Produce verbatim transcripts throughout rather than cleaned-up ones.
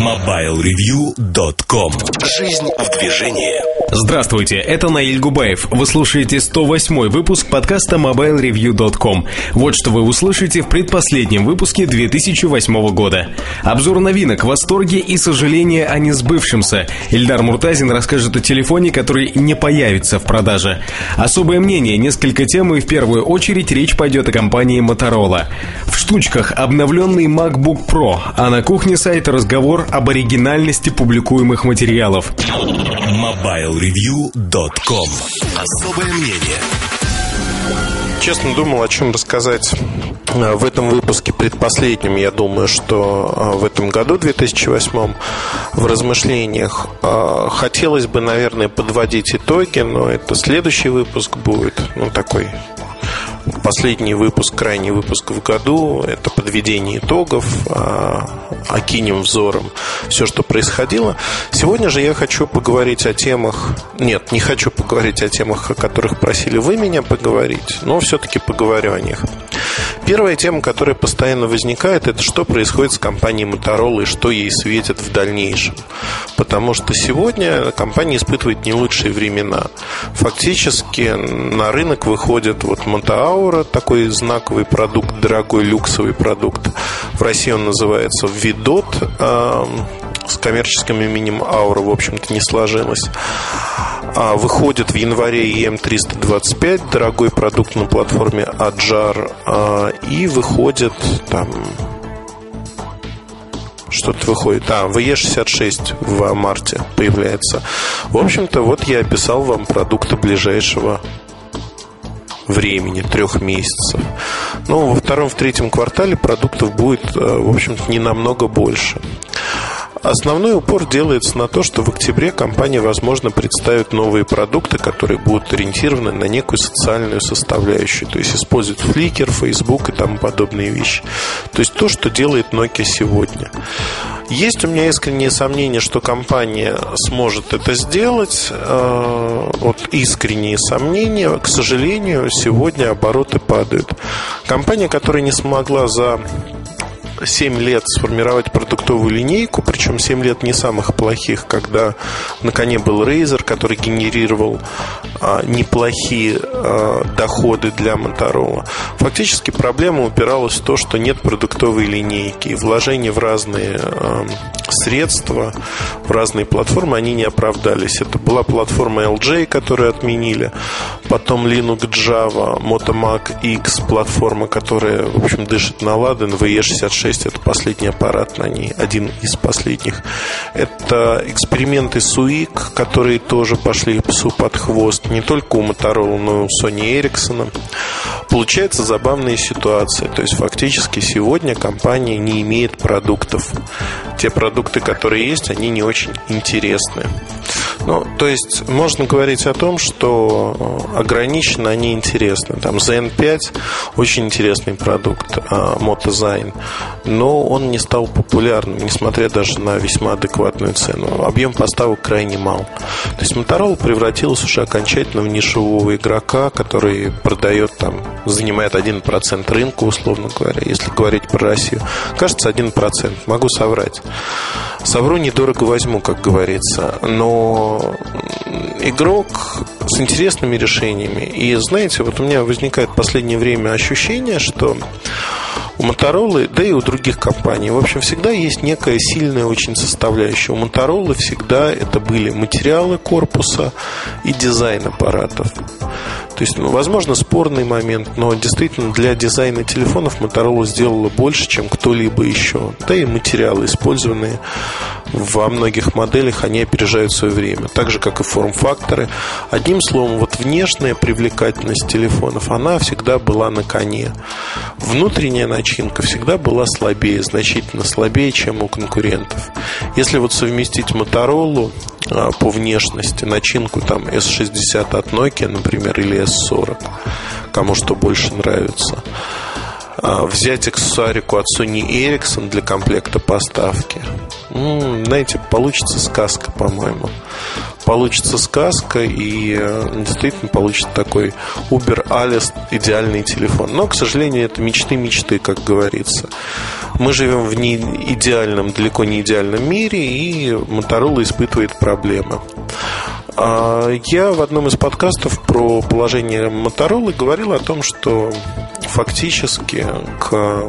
мобайл ревью точка ком. Жизнь в движении. Здравствуйте, это Наиль Губаев. Вы слушаете сто восьмой выпуск подкаста мобайл ревью точка ком. Вот что вы услышите в предпоследнем выпуске две тысячи восьмого года. Обзор новинок, восторги и сожаления о несбывшемся. Ильдар Муртазин расскажет о телефоне, который не появится в продаже. Особое мнение, несколько тем, и в первую очередь речь пойдет о компании Motorola. В штучках обновленный MacBook Pro, а на кухне сайта разговор об оригинальности публикуемых материалов. мобайл ревью точка ком. Особое мнение. Честно думал, о чем рассказать в этом выпуске предпоследнем. Я думаю, что в этом году, две тысячи восьмом, в размышлениях хотелось бы, наверное, подводить итоги, но это следующий выпуск будет, ну, такой последний выпуск, крайний выпуск в году. Это подведение итогов, окинем взором все, что происходило. Сегодня же я хочу поговорить о темах. Нет, не хочу поговорить о темах, о которых просили вы меня поговорить, но все-таки поговорю о них. Первая тема, которая постоянно возникает, это что происходит с компанией Motorola и что ей светит в дальнейшем. Потому что сегодня компания испытывает не лучшие времена. Фактически на рынок выходит вот Moto Aura, такой знаковый продукт, дорогой люксовый продукт. В России он называется Видот. С коммерческим именем Aura, в общем-то, не сложилось. Выходит в январе и эм триста двадцать пять, дорогой продукт на платформе Ajar. И выходит там... Что-то выходит. А, ви и шестьдесят шесть в марте появляется. В общем-то, вот я описал вам продукты ближайшего времени, трех месяцев. Но во втором, в третьем квартале продуктов будет, в общем-то, не намного больше. Основной упор делается на то, что в октябре компания, возможно, представит новые продукты, которые будут ориентированы на некую социальную составляющую. То есть используют Flickr, Facebook и тому подобные вещи. То есть то, что делает Nokia сегодня. Есть у меня искренние сомнения, что компания сможет это сделать. Вот искренние сомнения. К сожалению, сегодня обороты падают. Компания, которая не смогла за семь лет сформировать продуктовую линейку, причем семь лет не самых плохих, когда на коне был Razer, который генерировал а, неплохие а, доходы для Motorola. Фактически проблема упиралась в то, что нет продуктовой линейки, и вложения в разные а, средства, в разные платформы, они не оправдались. Это была платформа эл джей, которую отменили, потом Linux, Java, Moto Mac X, платформа, которая, в общем, дышит на ладан, ви и шестьдесят шесть, это последний аппарат на ней, один из последних. Это эксперименты Суик, которые тоже пошли псу под хвост, не только у Motorola, но и у Sony Ericsson. Получается забавная ситуация. То есть фактически сегодня компания не имеет продуктов. Те продукты, которые есть, они не очень интересны. Ну, то есть можно говорить о том, что ограниченно они интересны. Там зен пять очень интересный продукт, Moto Zine, но он не стал популярным, несмотря даже на весьма адекватную цену. Объем поставок крайне мал. То есть Motorola превратилась уже окончательно в нишевого игрока, который продает там, занимает один процент рынка, условно говоря, если говорить про Россию. Кажется, один процент. Могу соврать. Совру, недорого возьму, как говорится. Но игрок с интересными решениями. И знаете, вот у меня возникает в последнее время ощущение, что у Motorola, да и у других компаний, в общем, всегда есть некая сильная очень составляющая. У Motorola всегда это были материалы корпуса и дизайн аппаратов. То есть, ну, возможно, спорный момент, но действительно для дизайна телефонов Motorola сделала больше, чем кто-либо еще. Да и материалы, использованные во многих моделях, они опережают свое время. Так же, как и форм-факторы. Одним словом, вот внешняя привлекательность телефонов, она всегда была на коне. Внутренняя начинка всегда была слабее, значительно слабее, чем у конкурентов. Если вот совместить Motorola по внешности, начинку там эс шестьдесят от Nokia, например, или эс сорок, кому что больше нравится, взять аксессуарику от Sony Ericsson для комплекта поставки, ну, знаете, получится сказка, по-моему. Получится сказка, и действительно получится такой Uber Alles идеальный телефон. Но, к сожалению, это мечты-мечты, как говорится. мы живем в не идеальном, далеко не идеальном мире, и Motorola испытывает проблемы. Я в одном из подкастов про положение Motorola говорил о том, что фактически к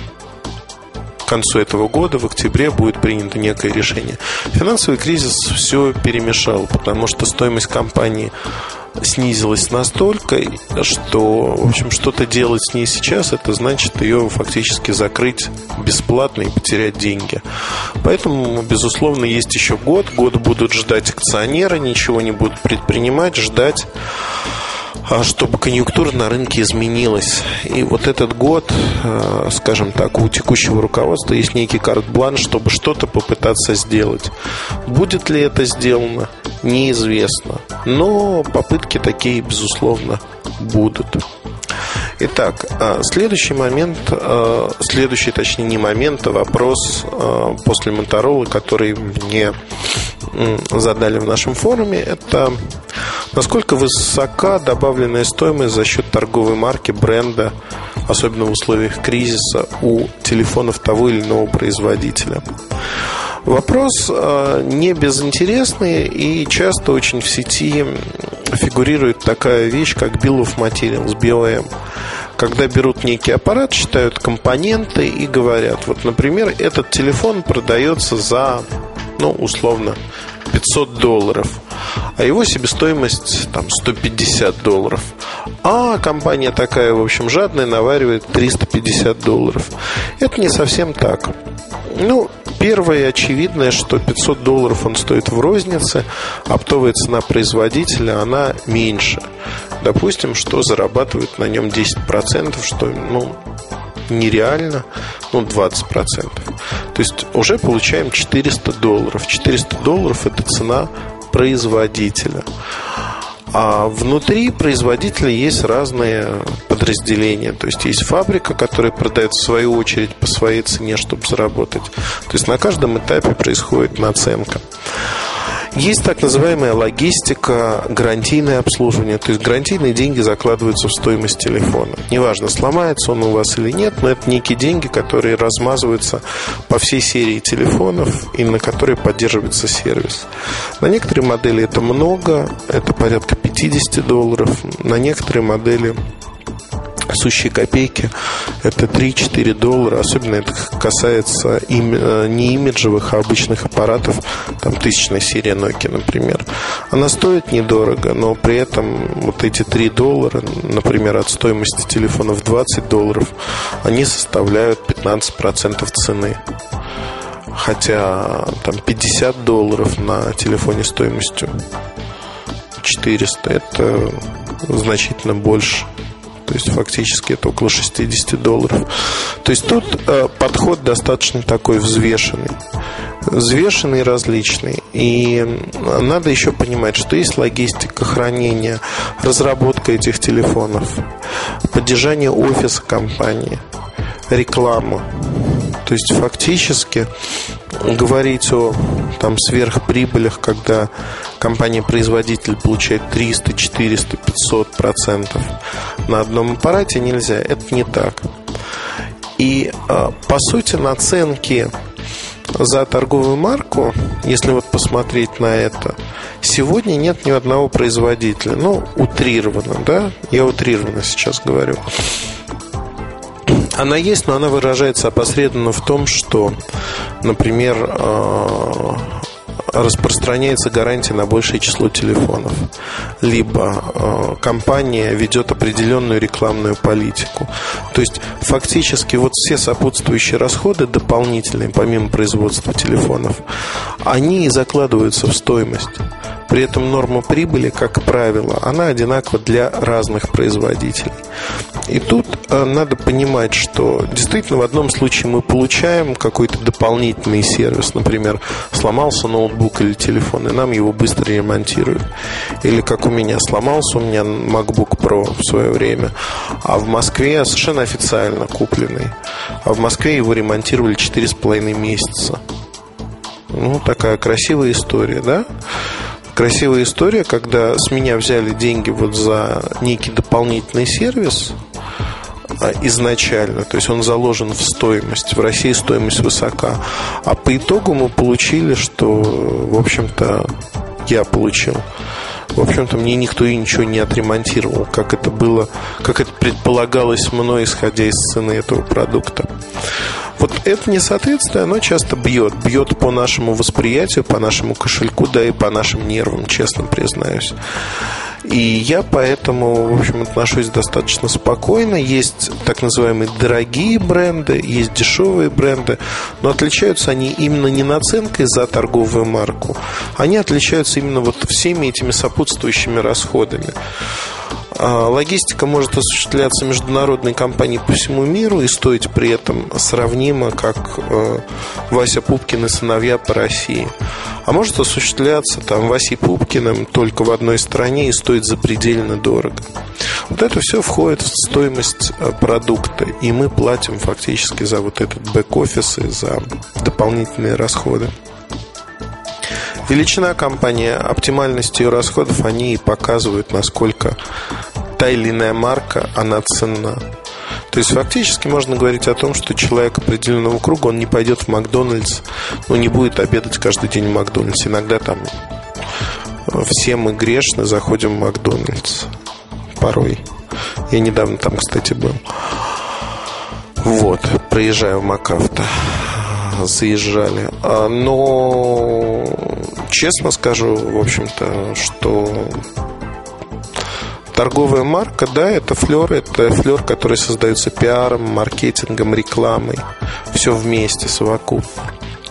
концу этого года, в октябре, будет принято некое решение. Финансовый кризис все перемешал, потому что стоимость компании снизилась настолько, что, в общем, что-то делать с ней сейчас, это значит ее фактически закрыть бесплатно и потерять деньги. Поэтому, безусловно, есть еще год. Год будут ждать акционеры, ничего не будут предпринимать, ждать, чтобы конъюнктура на рынке изменилась. И вот этот год, скажем так, у текущего руководства есть некий карт-бланш, чтобы что-то попытаться сделать. Будет ли это сделано, неизвестно. Но попытки такие, безусловно, будут. Итак, следующий момент, следующий, точнее, не момент, а вопрос после Motorola, который мне задали в нашем форуме, это насколько высока добавленная стоимость за счет торговой марки, бренда, особенно в условиях кризиса, у телефонов того или иного производителя. Вопрос не безинтересный, и часто очень в сети фигурирует такая вещь, как Bill of Materials, би о эм. Когда берут некий аппарат, считают компоненты и говорят, вот, например, этот телефон продается за, ну, условно, пятьсот долларов, а его себестоимость там сто пятьдесят долларов. А компания такая, в общем, жадная, наваривает триста пятьдесят долларов. Это не совсем так. Ну, первое очевидное, что пятьсот долларов он стоит в рознице, оптовая цена производителя, она меньше. Допустим, что зарабатывают на нем десять процентов, что, ну, нереально, ну, двадцать процентов. То есть уже получаем четыреста долларов. четыреста долларов – это цена производителя. А внутри производителя есть разные подразделения. То есть есть фабрика, которая продает в свою очередь по своей цене, чтобы заработать. То есть на каждом этапе происходит наценка. Есть так называемая логистика, гарантийное обслуживание. То есть гарантийные деньги закладываются в стоимость телефона. Неважно, сломается он у вас или нет, но это некие деньги, которые размазываются по всей серии телефонов и на которые поддерживается сервис. На некоторые модели это много, это порядка пятьдесят долларов. На некоторые модели сущие копейки, это три-четыре доллара. Особенно это касается им, не имиджевых, а обычных аппаратов. Там тысячная серия Nokia, например. Она стоит недорого, но при этом вот эти три доллара, например, от стоимости телефонов двадцать долларов, они составляют пятнадцать процентов цены. Хотя там пятьдесят долларов на телефоне стоимостью четыреста, это значительно больше. То есть фактически это около шестьдесят долларов. То есть тут э, подход достаточно такой взвешенный. Взвешенный, различный. И надо еще понимать, что есть логистика хранения, разработка этих телефонов, поддержание офиса компании, реклама. То есть фактически говорить о там сверхприбылях, когда компания-производитель получает триста, четыреста, пятьсот процентов на одном аппарате, нельзя. Это не так. И по сути наценки за торговую марку, если вот посмотреть на это, сегодня нет ни одного производителя. Ну, утрированно, да? Я утрированно сейчас говорю. Она есть, но она выражается опосредованно в том, что, например, распространяется гарантия на большее число телефонов, либо компания ведет определенную рекламную политику. То есть фактически вот все сопутствующие расходы дополнительные, помимо производства телефонов, они и закладываются в стоимость. При этом норма прибыли, как правило, она одинакова для разных производителей. И тут надо понимать, что действительно в одном случае мы получаем какой-то дополнительный сервис. Например, сломался ноутбук или телефон, и нам его быстро ремонтируют. Или как у меня, сломался у меня MacBook Pro в свое время, а в Москве совершенно официально купленный, а в Москве его ремонтировали четыре с половиной месяца. Ну, такая красивая история, да? Красивая история, когда с меня взяли деньги вот за некий дополнительный сервис, изначально, то есть он заложен в стоимость. В России стоимость высока. А по итогу мы получили, что, в общем-то, я получил. В общем-то, мне никто и ничего не отремонтировал, как это было, как это предполагалось мной, исходя из цены этого продукта. Вот это несоответствие, оно часто бьет. Бьет по нашему восприятию, по нашему кошельку, да и по нашим нервам, честно признаюсь. И я поэтому, в общем, отношусь достаточно спокойно. Есть так называемые дорогие бренды, есть дешевые бренды, но отличаются они именно не наценкой за торговую марку. Они отличаются именно вот всеми этими сопутствующими расходами. Логистика может осуществляться международной компанией по всему миру и стоить при этом сравнимо, как Вася Пупкин и сыновья по России. А может осуществляться там Васей Пупкиным только в одной стране и стоит запредельно дорого. Вот это все входит в стоимость продукта, и мы платим фактически за вот этот бэк-офис и за дополнительные расходы. Величина компании, оптимальность ее расходов, они и показывают, насколько та или иная марка, она ценна. То есть фактически можно говорить о том, что человек определенного круга, он не пойдет в Макдональдс, ну, не будет обедать каждый день в Макдональдсе. Иногда там все мы грешно заходим в Макдональдс. Порой. Я недавно там, кстати, был. Вот, проезжаю в МакАвто. Заезжали. Но честно скажу, в общем-то, что торговая марка, да, это флер, это флер, который создается пиаром, маркетингом, рекламой. Все вместе, совокупно.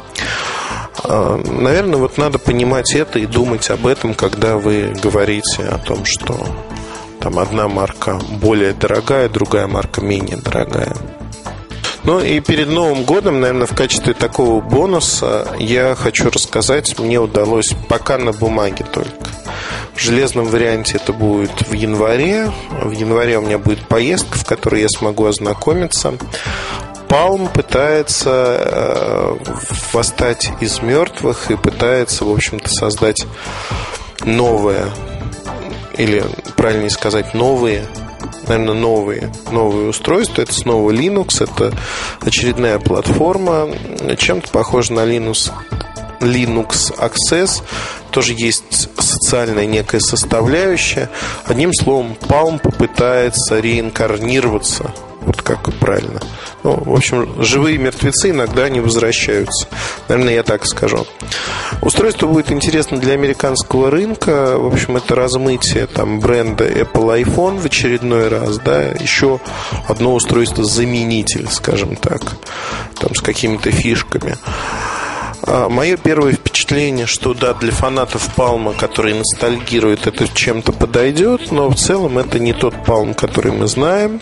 Наверное, вот надо понимать это и думать об этом, когда вы говорите о том, что там одна марка более дорогая, другая марка менее дорогая. Ну и перед Новым годом, наверное, в качестве такого бонуса я хочу рассказать, мне удалось пока на бумаге только. В железном варианте это будет в январе. В январе у меня будет поездка, в которой я смогу ознакомиться. Palm пытается э, восстать из мертвых и пытается, в общем-то, создать новое, или, правильнее сказать, новые, наверное, новые, новые устройства. Это снова Linux, это очередная платформа, чем-то похожа на Linux, Linux Access. Тоже есть социальная некая составляющая. Одним словом, Palm попытается реинкарнироваться. Вот как правильно. Ну, в общем, живые мертвецы иногда не возвращаются. Наверное, я так скажу. Устройство будет интересно для американского рынка. В общем, это размытие там бренда Apple iPhone в очередной раз, да, еще одно устройство-заменитель, скажем так, там с какими-то фишками. Мое первое впечатление, что да, для фанатов Palm, которые ностальгируют, это чем-то подойдет, но в целом это не тот Palm, который мы знаем.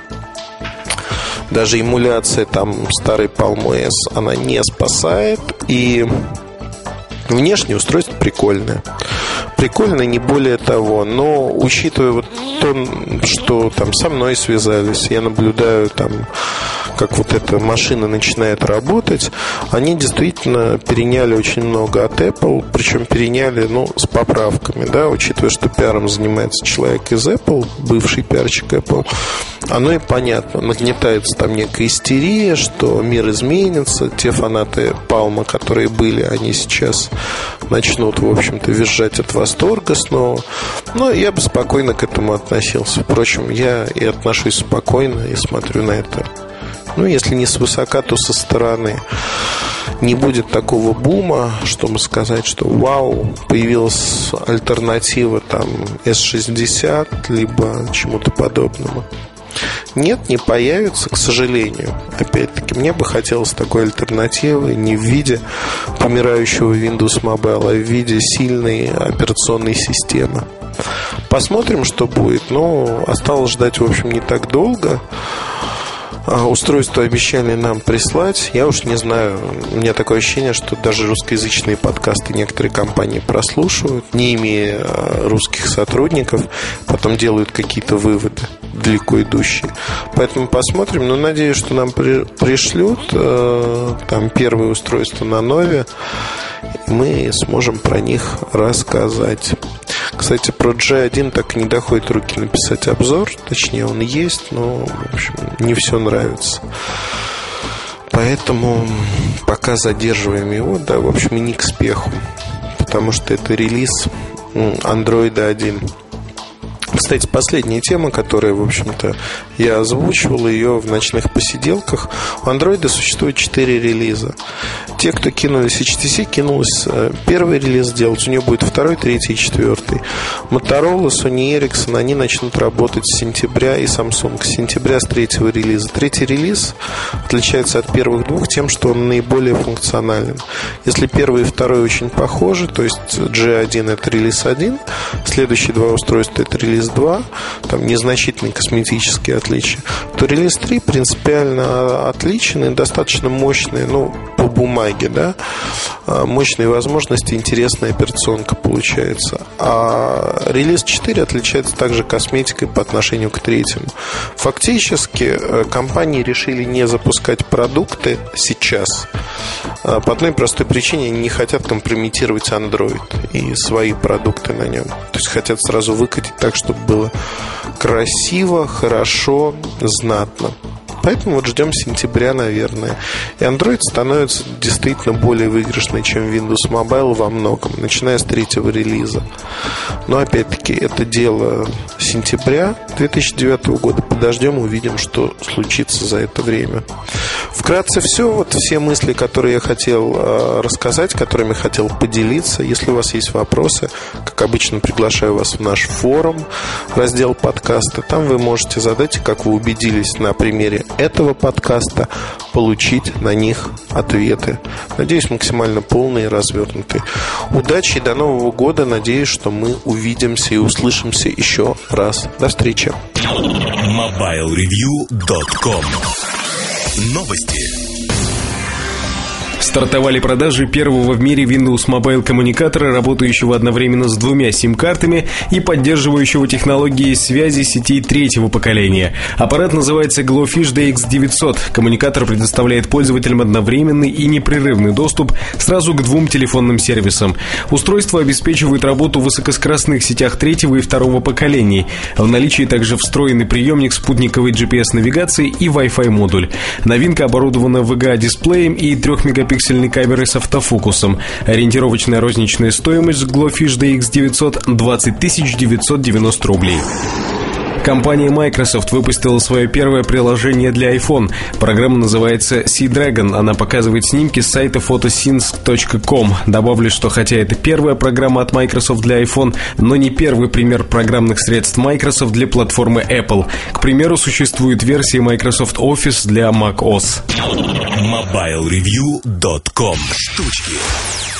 Даже эмуляция там старой Palm о эс, она не спасает. И внешнее устройство прикольное. Прикольно, не более того. Но учитывая вот то, что там со мной связались, я наблюдаю там, как вот эта машина начинает работать, они действительно переняли очень много от Apple, причем переняли, ну, с поправками, да, учитывая, что пиаром занимается человек из Apple, бывший пиарщик Apple, оно и понятно, нагнетается там некая истерия, что мир изменится, те фанаты Palm, которые были, они сейчас начнут, в общем-то, визжать от восторга снова. Но я бы спокойно к этому относился. Впрочем, я и отношусь спокойно и смотрю на это. Ну, если не свысока, то со стороны. Не будет такого бума, чтобы сказать, что вау, появилась альтернатива там эс шестьдесят, либо чему-то подобному. Нет, не появится, к сожалению. Опять-таки, мне бы хотелось такой альтернативы не в виде помирающего Windows Mobile, а в виде сильной операционной системы. Посмотрим, что будет. Но осталось ждать, в общем, не так долго. Устройство обещали нам прислать. Я уж не знаю, у меня такое ощущение, что даже русскоязычные подкасты некоторые компании прослушивают, не имея русских сотрудников, потом делают какие-то выводы далеко идущие. Поэтому посмотрим. Но надеюсь, что нам при, пришлют э, там первые устройства на Нове, и мы сможем про них рассказать. К Кстати, про джи один так и не доходит руки написать обзор. Точнее, он есть, но, в общем, не все нравится. Поэтому пока задерживаем его, да, в общем, и не к спеху. Потому что это релиз Android один. Кстати, последняя тема, которая, в общем-то, я озвучивал ее в ночных посиделках. У Android существует четыре релиза. Те, кто кинулись эйч ти си, кинулись первый релиз делать. У нее будет второй, третий и четвертый. Motorola, Sony Ericsson, они начнут работать с сентября, и Samsung с сентября, с третьего релиза. Третий релиз отличается от первых двух тем, что он наиболее функционален. Если первый и второй очень похожи, то есть джи один это релиз один, следующие два устройства это релиз два, там незначительные косметические отличия, то релиз три принципиально отличен и достаточно мощный, ну, по бумаге, да, мощные возможности, интересная операционка получается. А релиз четыре отличается также косметикой по отношению к третьему. Фактически компании решили не запускать продукты сейчас по одной простой причине: они не хотят компрометировать Android и свои продукты на нем. То есть хотят сразу выкатить так, чтобы было красиво, хорошо, знатно. Поэтому вот ждем сентября, наверное. И Android становится действительно более выигрышной, чем Windows Mobile во многом, начиная с третьего релиза. Но опять-таки это дело сентября две тысячи девятого года. Подождем, увидим, что случится за это время. Вкратце все. Вот все мысли, которые я хотел э, рассказать, которыми хотел поделиться. Если у вас есть вопросы, как обычно, приглашаю вас в наш форум, раздел подкаста. Там вы можете задать, как вы убедились на примере этого подкаста, получить на них ответы. Надеюсь, максимально полные и развернутые. Удачи и до Нового года. Надеюсь, что мы увидимся и услышимся еще раз. До встречи. мобайл ревью точка ком. Новости. Стартовали продажи первого в мире Windows Mobile коммуникатора, работающего одновременно с двумя сим-картами и поддерживающего технологии связи сетей третьего поколения. Аппарат называется Glowfish ди икс девятьсот. Коммуникатор предоставляет пользователям одновременный и непрерывный доступ сразу к двум телефонным сервисам. Устройство обеспечивает работу в высокоскоростных сетях третьего и второго поколений. В наличии также встроенный приемник спутниковой джи пи эс-навигации и Wi-Fi модуль. Новинка оборудована ви джи эй-дисплеем и трехмегапиксельной камерой с автофокусом. Ориентировочная розничная стоимость Glowfish ди икс девятьсот двадцать тысяч девятьсот девяносто рублей. Компания Microsoft выпустила свое первое приложение для iPhone. Программа называется Sea-Dragon. Она показывает снимки с сайта photosync точка ком. Добавлю, что хотя это первая программа от Microsoft для iPhone, но не первый пример программных средств Microsoft для платформы Apple. К примеру, существует версия Microsoft Office для macOS. мобайл ревью точка ком. Штучки